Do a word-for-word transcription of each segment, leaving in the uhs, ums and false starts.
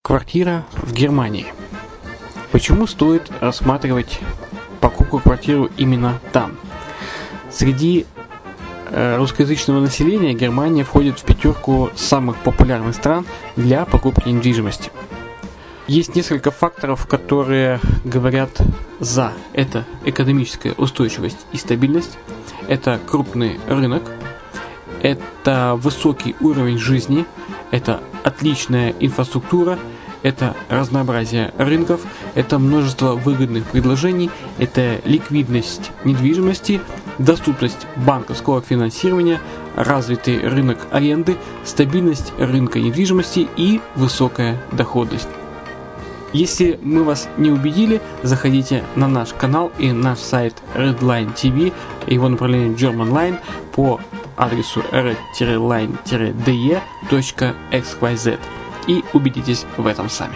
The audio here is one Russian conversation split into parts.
Квартира в Германии. Почему стоит рассматривать покупку квартиры именно там? Среди э, русскоязычного населения Германия входит в пятерку самых популярных стран для покупки недвижимости. Есть несколько факторов, которые говорят за. Это экономическая устойчивость и стабильность, это крупный рынок, это высокий уровень жизни, это отличная инфраструктура, это разнообразие рынков, это множество выгодных предложений, это ликвидность недвижимости, доступность банковского финансирования, развитый рынок аренды, стабильность рынка недвижимости и высокая доходность. Если мы вас не убедили, заходите на наш канал и наш сайт Redline ти ви, его направление Germanline по адресу red line d e точка x y z и убедитесь в этом сами.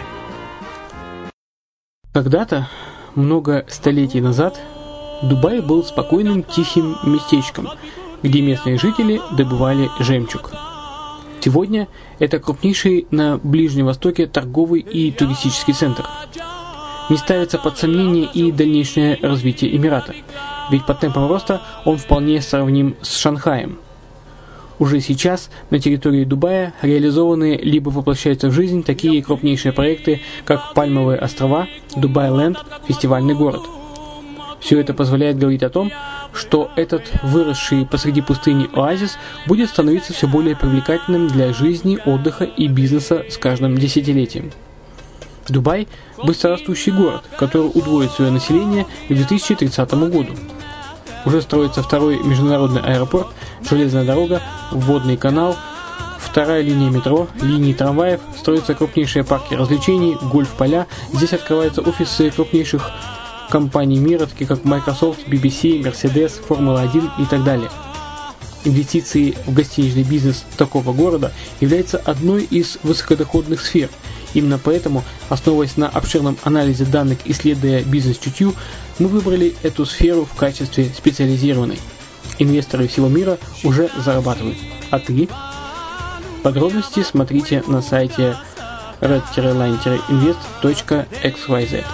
Когда-то, много столетий назад, Дубай был спокойным тихим местечком, где местные жители добывали жемчуг. Сегодня это крупнейший на Ближнем Востоке торговый и туристический центр. Не ставится под сомнение и дальнейшее развитие Эмирата, ведь по темпам роста он вполне сравним с Шанхаем. Уже сейчас на территории Дубая реализованы либо воплощаются в жизнь такие крупнейшие проекты, как Пальмовые острова, Дубай-Ленд, фестивальный город. Все это позволяет говорить о том, что этот выросший посреди пустыни оазис будет становиться все более привлекательным для жизни, отдыха и бизнеса с каждым десятилетием. Дубай – быстрорастущий город, который удвоит свое население к две тысячи тридцатому году. Уже строится второй международный аэропорт, железная дорога, водный канал, вторая линия метро, линии трамваев, строятся крупнейшие парки развлечений, гольф-поля. Здесь открываются офисы крупнейших компаний мира, таких как Microsoft, би би си, Mercedes, Формула один и так далее. Инвестиции в гостиничный бизнес такого города являются одной из высокодоходных сфер. Именно поэтому, основываясь на обширном анализе данных, исследуя бизнес-чутью, мы выбрали эту сферу в качестве специализированной. Инвесторы всего мира уже зарабатывают. А ты? Подробности смотрите на сайте red line invest точка x y z.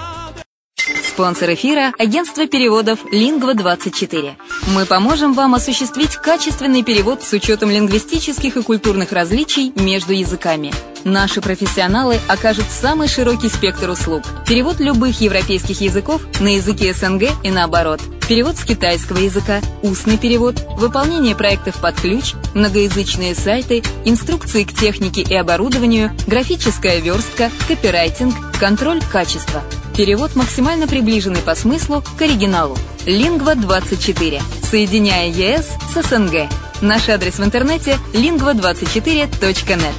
Спонсор эфира – агентство переводов лингва двадцать четыре. Мы поможем вам осуществить качественный перевод с учетом лингвистических и культурных различий между языками. Наши профессионалы окажут самый широкий спектр услуг. Перевод любых европейских языков на языки эс эн гэ и наоборот. Перевод с китайского языка, устный перевод, выполнение проектов под ключ, многоязычные сайты, инструкции к технике и оборудованию, графическая верстка, копирайтинг, контроль качества. Перевод максимально приближенный по смыслу к оригиналу. лингва двадцать четыре. Соединяя е эс с эс эн гэ. Наш адрес в интернете лингва двадцать четыре точка нет.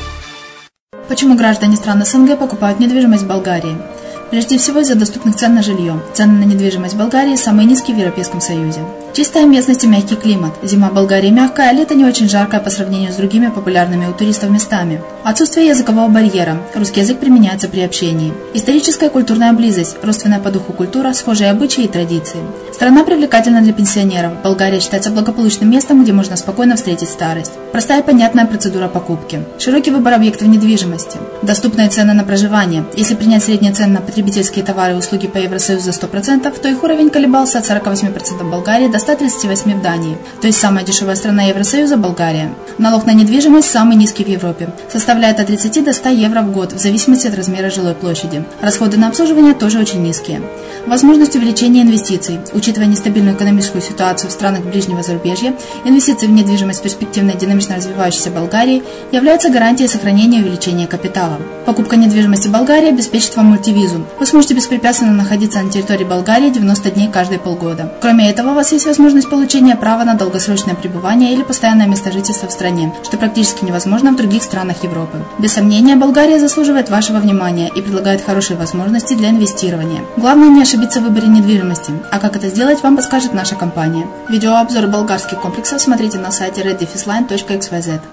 Почему граждане стран эс эн гэ покупают недвижимость в Болгарии? Прежде всего из-за доступных цен на жилье. Цены на недвижимость в Болгарии самые низкие в Европейском Союзе. Чистая местность и мягкий климат. Зима в Болгарии мягкая, а лето не очень жаркое по сравнению с другими популярными у туристов местами. Отсутствие языкового барьера. Русский язык применяется при общении. Историческая и культурная близость. Родственная по духу культура, схожие обычаи и традиции. Страна привлекательна для пенсионеров. Болгария считается благополучным местом, где можно спокойно встретить старость. Простая и понятная процедура покупки. Широкий выбор объектов недвижимости. Доступные цены на проживание. Если принять средние цены на потребительские товары и услуги по Евросоюзу за сто процентов, то их уровень колебался от сорок восемь процентов в Болгарии до ста тридцати восьми процентов в Дании. То есть самая дешевая страна Евросоюза – Болгария. Налог на недвижимость самый низкий в Европе. Составляет от тридцати до ста евро в год, в зависимости от размера жилой площади. Расходы на обслуживание тоже очень низкие. Возможность увеличения инвестиций. Учитывая нестабильную экономическую ситуацию в странах ближнего зарубежья, инвестиции в недвижимость в перспективной динамично развивающейся Болгарии являются гарантией сохранения и увеличения капитала. Покупка недвижимости в Болгарии обеспечит вам мультивизу. Вы сможете беспрепятственно находиться на территории Болгарии девяносто дней каждые полгода. Кроме этого, у вас есть возможность получения права на долгосрочное пребывание или постоянное место жительства в стране, что практически невозможно в других странах Европы. Без сомнения, Болгария заслуживает вашего внимания и предлагает хорошие возможности для инвестирования. Главное не ошибиться в выборе недвижимости, а как это сделать, вам подскажет наша компания. Видеообзор болгарских комплексов смотрите на сайте red line точка x y z.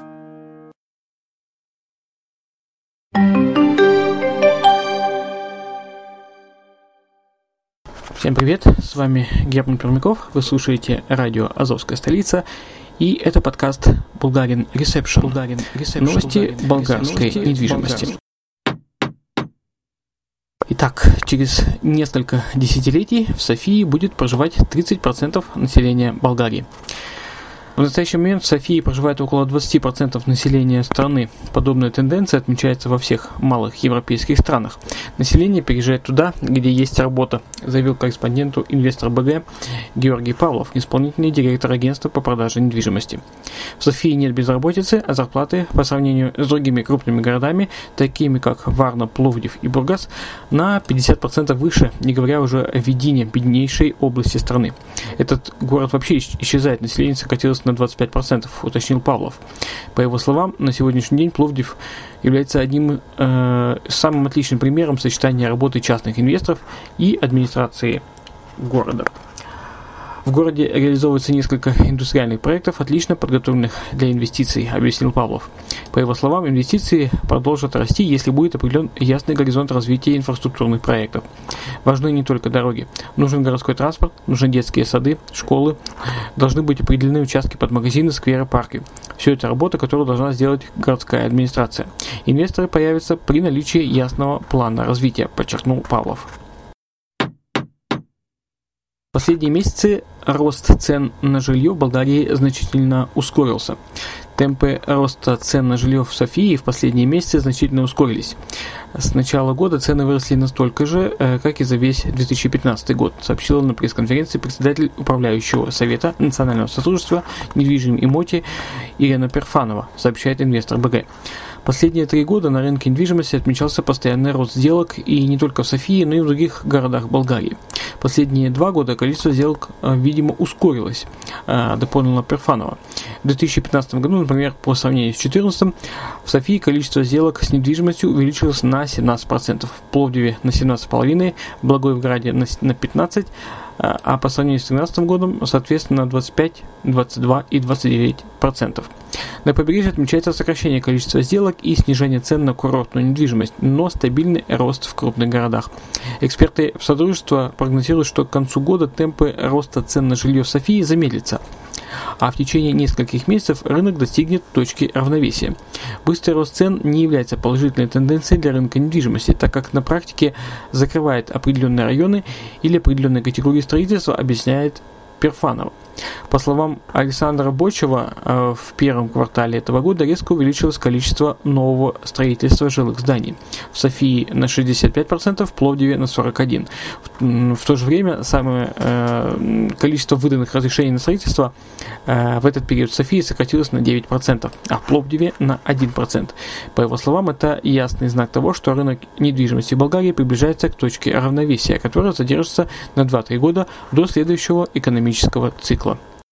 Всем привет, с вами Герман Пермяков, вы слушаете радио «Азовская столица», и это подкаст «Bulgarian Reception», Новости болгарской недвижимости. Итак, через несколько десятилетий в Софии будет проживать тридцать процентов населения Болгарии. В настоящий момент в Софии проживает около двадцать процентов населения страны. Подобная тенденция отмечается во всех малых европейских странах. Население переезжает туда, где есть работа, заявил корреспонденту Инвестор БГ Георгий Павлов, исполнительный директор агентства по продаже недвижимости. В Софии нет безработицы, а зарплаты по сравнению с другими крупными городами, такими как Варна, Пловдив и Бургас, на пятьдесят процентов выше, не говоря уже о Видине, беднейшей области страны. Этот город вообще исчезает, население сократилось на двадцать пять процентов, уточнил Павлов. По его словам, на сегодняшний день Пловдив является одним э, самым отличным примером сочетания работы частных инвесторов и администрации города. В городе реализовывается несколько индустриальных проектов, отлично подготовленных для инвестиций, объяснил Павлов. По его словам, инвестиции продолжат расти, если будет определен ясный горизонт развития инфраструктурных проектов. Важны не только дороги. Нужен городской транспорт, нужны детские сады, школы, должны быть определены участки под магазины, скверы, парки. Все это работа, которую должна сделать городская администрация. Инвесторы появятся при наличии ясного плана развития, подчеркнул Павлов. В последние месяцы рост цен на жилье в Болгарии значительно ускорился. Темпы роста цен на жилье в Софии в последние месяцы значительно ускорились. С начала года цены выросли настолько же, как и за весь две тысячи пятнадцатый год, сообщила на пресс-конференции председатель управляющего совета Национального сотрудничества недвижимым имоти Ирина Перфанова, сообщает Инвестор БГ. Последние три года на рынке недвижимости отмечался постоянный рост сделок и не только в Софии, но и в других городах Болгарии. Последние два года количество сделок, видимо, ускорилось, дополнила Перфанова. В две тысячи пятнадцатом году, например, по сравнению с две тысячи четырнадцатым, в Софии количество сделок с недвижимостью увеличилось на семнадцать процентов, в Пловдиве на семнадцать целых пять десятых процента, в Благоевграде на пятнадцать процентов, а по сравнению с две тысячи тринадцатым годом, соответственно, двадцать пять, двадцать два и двадцать девять процентов. На побережье отмечается сокращение количества сделок и снижение цен на курортную недвижимость, но стабильный рост в крупных городах. Эксперты в Содружества прогнозируют, что к концу года темпы роста цен на жилье в Софии замедлятся, а в течение нескольких месяцев рынок достигнет точки равновесия. Быстрый рост цен не является положительной тенденцией для рынка недвижимости, так как на практике закрывает определенные районы или определенные категории строительства, объясняет Перфанова. По словам Александра Бочева, в первом квартале этого года резко увеличилось количество нового строительства жилых зданий. В Софии на шестьдесят пять процентов, в Пловдиве на сорок один процент. В то же время самое э, количество выданных разрешений на строительство э, в этот период в Софии сократилось на девять процентов, а в Пловдиве на один процент. По его словам, это ясный знак того, что рынок недвижимости в Болгарии приближается к точке равновесия, которая задержится на два-три года до следующего экономического цикла.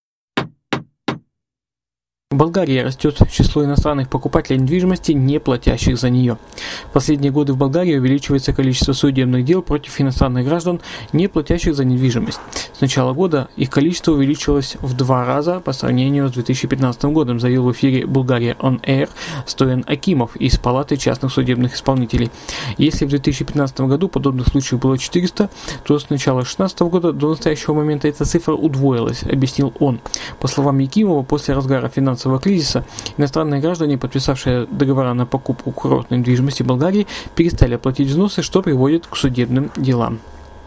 В Болгарии растет число иностранных покупателей недвижимости, не платящих за нее. В последние годы в Болгарии увеличивается количество судебных дел против иностранных граждан, не платящих за недвижимость. С начала года их количество увеличилось в два раза по сравнению с две тысячи пятнадцатым годом, заявил в эфире Bulgaria On Air Стоян Акимов из Палаты частных судебных исполнителей. Если в две тысячи пятнадцатом году подобных случаев было четыреста, то с начала две тысячи шестнадцатого года до настоящего момента эта цифра удвоилась, объяснил он. По словам Якимова, после разгара финансового кризиса иностранные граждане, подписавшие договора на покупку курортной недвижимости в Болгарии, перестали платить взносы, что приводит к судебным делам.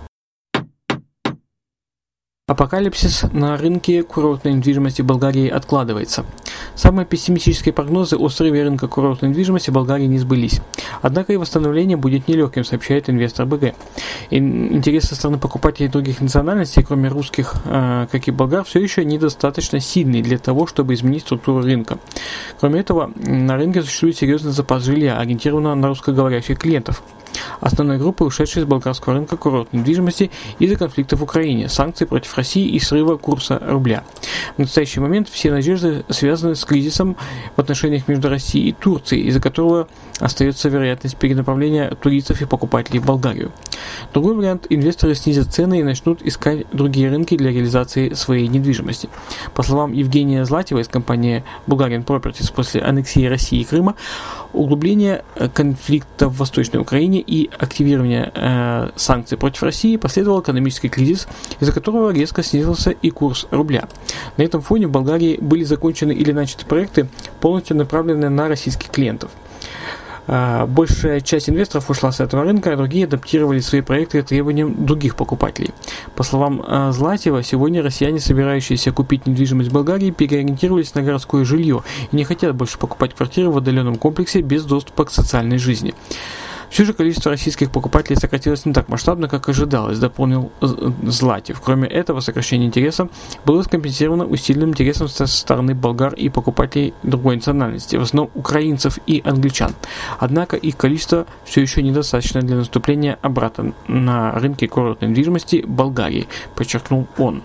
Апокалипсис на рынке курортной недвижимости Болгарии откладывается. Самые пессимистические прогнозы о срыве рынка курортной недвижимости в Болгарии не сбылись. Однако и восстановление будет нелегким, сообщает Инвестор БГ. Интерес со стороны покупателей других национальностей, кроме русских, э, как и болгар, все еще недостаточно сильный для того, чтобы изменить структуру рынка. Кроме этого, на рынке существует серьезный запас жилья, ориентированного на русскоговорящих клиентов. Основной группой, ушедшей с болгарского рынка курортной недвижимости из-за конфликта в Украине, санкций против России и срыва курса рубля. В настоящий момент все надежды связаны с кризисом в отношениях между Россией и Турцией, из-за которого остается вероятность перенаправления туристов и покупателей в Болгарию. Другой вариант – инвесторы снизят цены и начнут искать другие рынки для реализации своей недвижимости. По словам Евгения Златева из компании Bulgarian Properties, после аннексии России и Крыма, углубление конфликта в Восточной Украине и активирование э, санкций против России последовал экономический кризис, из-за которого резко снизился и курс рубля. На этом фоне в Болгарии были закончены или начаты проекты, полностью направленные на российских клиентов. Большая часть инвесторов ушла с этого рынка, а другие адаптировали свои проекты к требованиям других покупателей. По словам Златьева, сегодня россияне, собирающиеся купить недвижимость в Болгарии, переориентировались на городское жилье и не хотят больше покупать квартиры в отдаленном комплексе без доступа к социальной жизни. Все же количество российских покупателей сократилось не так масштабно, как ожидалось, дополнил Златьев. Кроме этого, сокращение интереса было скомпенсировано усиленным интересом со стороны болгар и покупателей другой национальности, в основном украинцев и англичан. Однако их количество все еще недостаточно для наступления обратно на рынке курортной недвижимости Болгарии, подчеркнул он.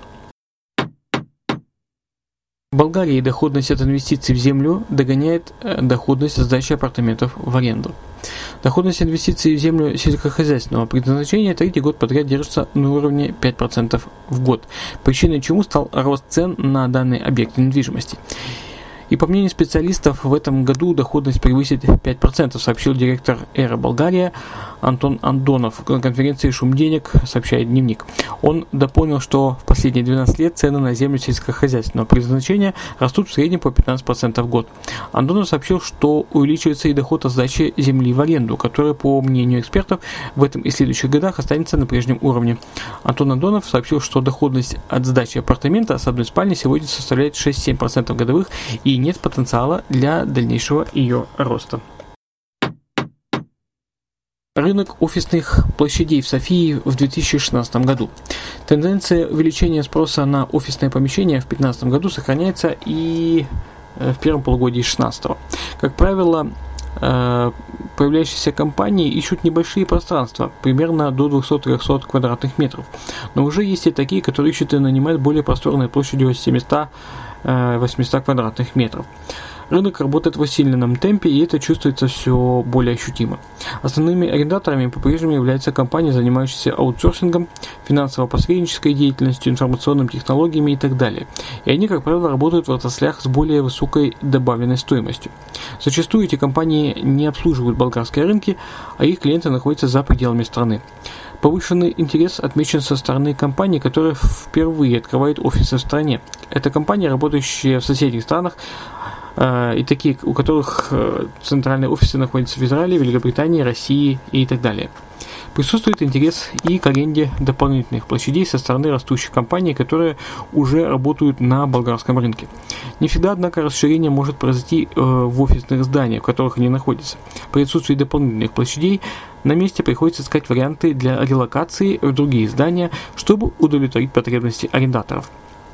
В Болгарии доходность от инвестиций в землю догоняет доходность от сдачи апартаментов в аренду. Доходность инвестиций в землю сельскохозяйственного предназначения третий год подряд держится на уровне пять процентов в год, причиной чему стал рост цен на данный объект недвижимости. И по мнению специалистов, в этом году доходность превысит пять процентов, сообщил директор «Эра Болгария» Антон Андонов на конференции «Шум денег», сообщает Дневник. Он дополнил, что в последние двенадцать лет цены на землю сельскохозяйственного предназначения растут в среднем по пятнадцать процентов в год. Андонов сообщил, что увеличивается и доход от сдачи земли в аренду, который, по мнению экспертов, в этом и следующих годах останется на прежнем уровне. Антон Андонов сообщил, что доходность от сдачи апартамента с одной спальни сегодня составляет шесть-семь процентов годовых и нет потенциала для дальнейшего ее роста. Рынок офисных площадей в Софии в две тысячи шестнадцатом году. Тенденция увеличения спроса на офисные помещения в две тысячи пятнадцатом году сохраняется и в первом полугодии две тысячи шестнадцатого. Как правило, появляющиеся компании ищут небольшие пространства, примерно до двухсот-трехсот квадратных метров. Но уже есть и такие, которые ищут и нанимают более просторные площадью семьсот-восемьсот квадратных метров. Рынок работает в усиленном темпе, и это чувствуется все более ощутимо. Основными арендаторами по-прежнему являются компании, занимающиеся аутсорсингом, финансово-посреднической деятельностью, информационными технологиями и так далее. И они, как правило, работают в отраслях с более высокой добавленной стоимостью. Зачастую эти компании не обслуживают болгарские рынки, а их клиенты находятся за пределами страны. Повышенный интерес отмечен со стороны компаний, которые впервые открывают офисы в стране. Это компании, работающие в соседних странах, и такие, у которых центральные офисы находятся в Израиле, Великобритании, России и так далее. Присутствует интерес и к аренде дополнительных площадей со стороны растущих компаний, которые уже работают на болгарском рынке. Не всегда, однако, расширение может произойти в офисных зданиях, в которых они находятся. При отсутствии дополнительных площадей на месте приходится искать варианты для релокации в другие здания, чтобы удовлетворить потребности арендаторов.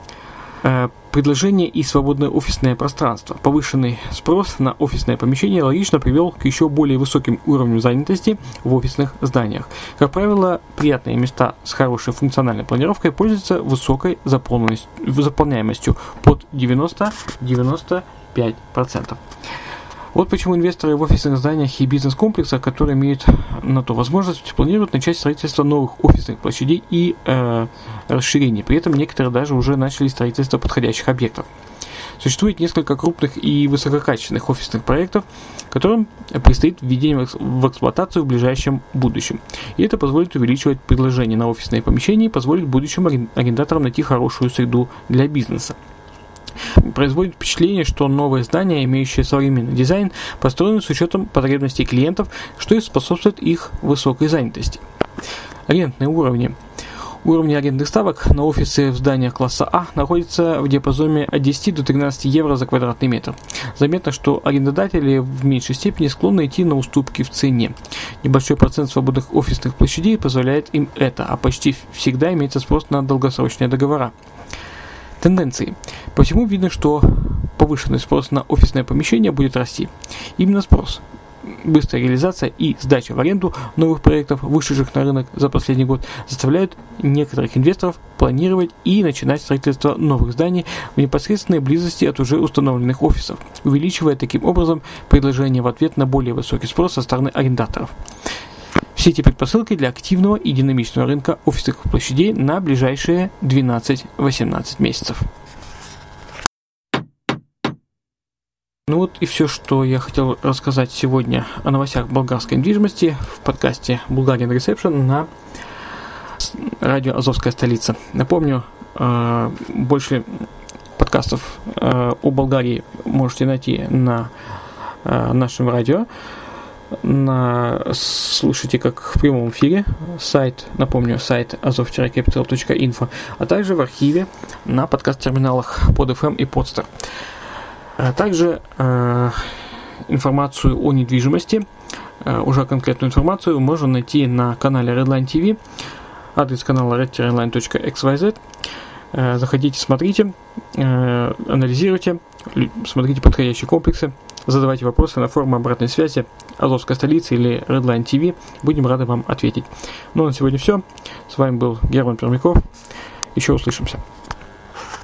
Предложение и свободное офисное пространство. Повышенный спрос на офисное помещение логично привел к еще более высоким уровням занятости в офисных зданиях. Как правило, приятные места с хорошей функциональной планировкой пользуются высокой заполняемостью под девяносто-девяносто пять процентов. Вот почему инвесторы в офисных зданиях и бизнес-комплексах, которые имеют на то возможность, планируют начать строительство новых офисных площадей и э, расширений. При этом некоторые даже уже начали строительство подходящих объектов. Существует несколько крупных и высококачественных офисных проектов, которым предстоит введение в эксплуатацию в ближайшем будущем. И это позволит увеличивать предложение на офисные помещения и позволит будущим арендаторам найти хорошую среду для бизнеса. Производит впечатление, что новые здания, имеющие современный дизайн, построены с учетом потребностей клиентов, что и способствует их высокой занятости. Арендные уровни. Уровни арендных ставок на офисы в зданиях класса А находятся в диапазоне от десяти до тринадцати евро за квадратный метр. Заметно, что арендодатели в меньшей степени склонны идти на уступки в цене. Небольшой процент свободных офисных площадей позволяет им это, а почти всегда имеется спрос на долгосрочные договора. Тенденции. По всему видно, что повышенный спрос на офисное помещение будет расти. Именно спрос, быстрая реализация и сдача в аренду новых проектов, вышедших на рынок за последний год, заставляют некоторых инвесторов планировать и начинать строительство новых зданий в непосредственной близости от уже установленных офисов, увеличивая таким образом предложение в ответ на более высокий спрос со стороны арендаторов. Все эти предпосылки для активного и динамичного рынка офисных площадей на ближайшие двенадцать-восемнадцать месяцев. Ну вот и все, что я хотел рассказать сегодня о новостях болгарской недвижимости в подкасте Bulgarian Reception на радио «Азовская столица». Напомню, больше подкастов о Болгарии можете найти на нашем радио. на, слушайте как в прямом эфире, сайт, напомню, сайт азов капитал точка инфо, а также в архиве на подкаст-терминалах под эф эм и Podster. А также э, информацию о недвижимости, э, уже конкретную информацию можно найти на канале Redline ти ви, адрес канала red dash line точка икс вай зет. Э, заходите, смотрите, э, анализируйте, смотрите подходящие комплексы, задавайте вопросы на форуме обратной связи Азовской столицы или Redline ти ви. Будем рады вам ответить. Ну, на сегодня все. С вами был Герман Пермяков. Еще услышимся.